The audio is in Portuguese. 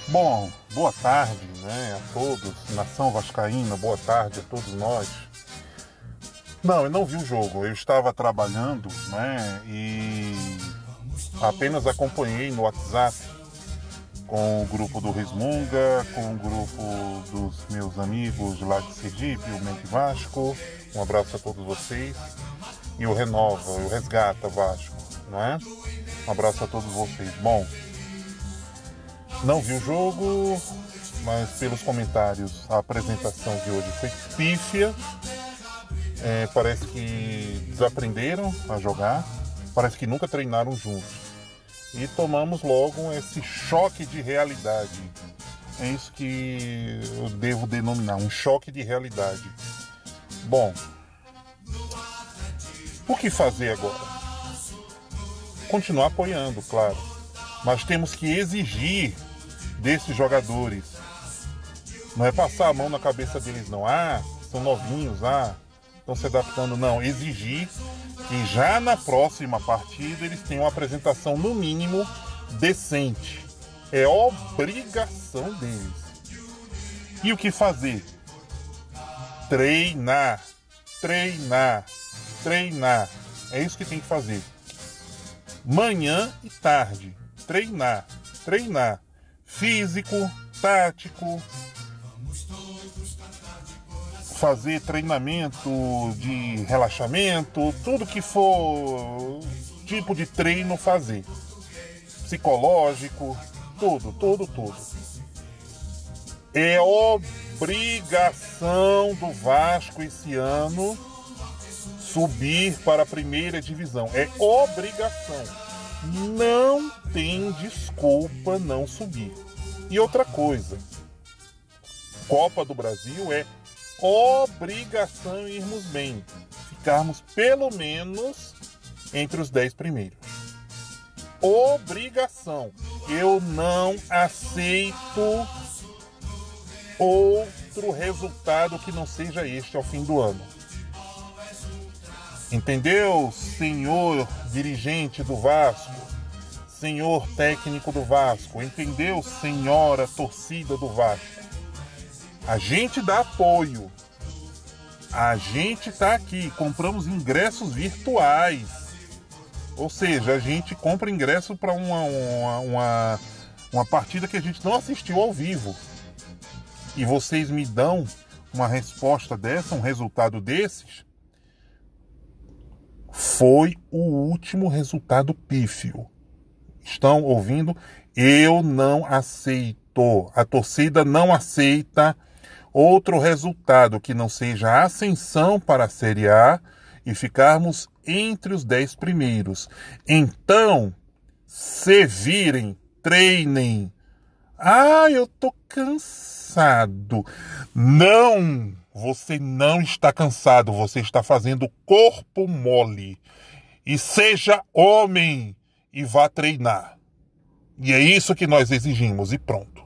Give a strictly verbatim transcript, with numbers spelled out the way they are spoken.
Bom, boa tarde, né, a todos, nação vascaína, boa tarde a todos nós. Não, eu não vi o jogo, eu estava trabalhando, né, e apenas acompanhei no WhatsApp com o grupo do Resmunga, com o grupo dos meus amigos lá de Sergipe, o Mente Vasco. Um abraço a todos vocês. E o Renova, o Resgata Vasco, não é? Um abraço a todos vocês. Bom, não vi o jogo, mas pelos comentários a apresentação de hoje foi pífia. É, parece que desaprenderam a jogar, parece que nunca treinaram juntos. E tomamos logo esse choque de realidade. É isso que eu devo denominar, um choque de realidade. Bom, o que fazer agora? Continuar apoiando, claro. Mas temos que exigir desses jogadores. Não é passar a mão na cabeça deles, não. Ah, são novinhos, ah, estão se adaptando. Não, exigir que já na próxima partida eles tenham uma apresentação, no mínimo, decente. É obrigação deles. E o que fazer? Treinar, treinar, treinar. É isso que tem que fazer. Manhã e tarde. Treinar, treinar. Físico, tático. Fazer treinamento de relaxamento, tudo que for tipo de treino fazer. Psicológico, tudo, tudo, tudo. É obrigação do Vasco esse ano subir para a primeira divisão. É obrigação. Não tem desculpa não subir. E outra coisa, Copa do Brasil é obrigação irmos bem, ficarmos pelo menos entre os dez primeiros. Obrigação. Eu não aceito outro resultado que não seja este ao fim do ano. Entendeu, senhor dirigente do Vasco? Senhor técnico do Vasco? Entendeu, senhora torcida do Vasco? A gente dá apoio. A gente está aqui. Compramos ingressos virtuais. Ou seja, a gente compra ingresso para uma, uma, uma, uma partida que a gente não assistiu ao vivo. E vocês me dão uma resposta dessa, um resultado desses? Foi o último resultado pífio. Estão ouvindo? Eu não aceito. A torcida não aceita outro resultado que não seja a ascensão para a Série A e ficarmos entre os dez primeiros. Então, se virem, treinem. Ah, eu tô cansado. Não, você não está cansado, você está fazendo corpo mole. E seja homem e vá treinar. E é isso que nós exigimos e pronto.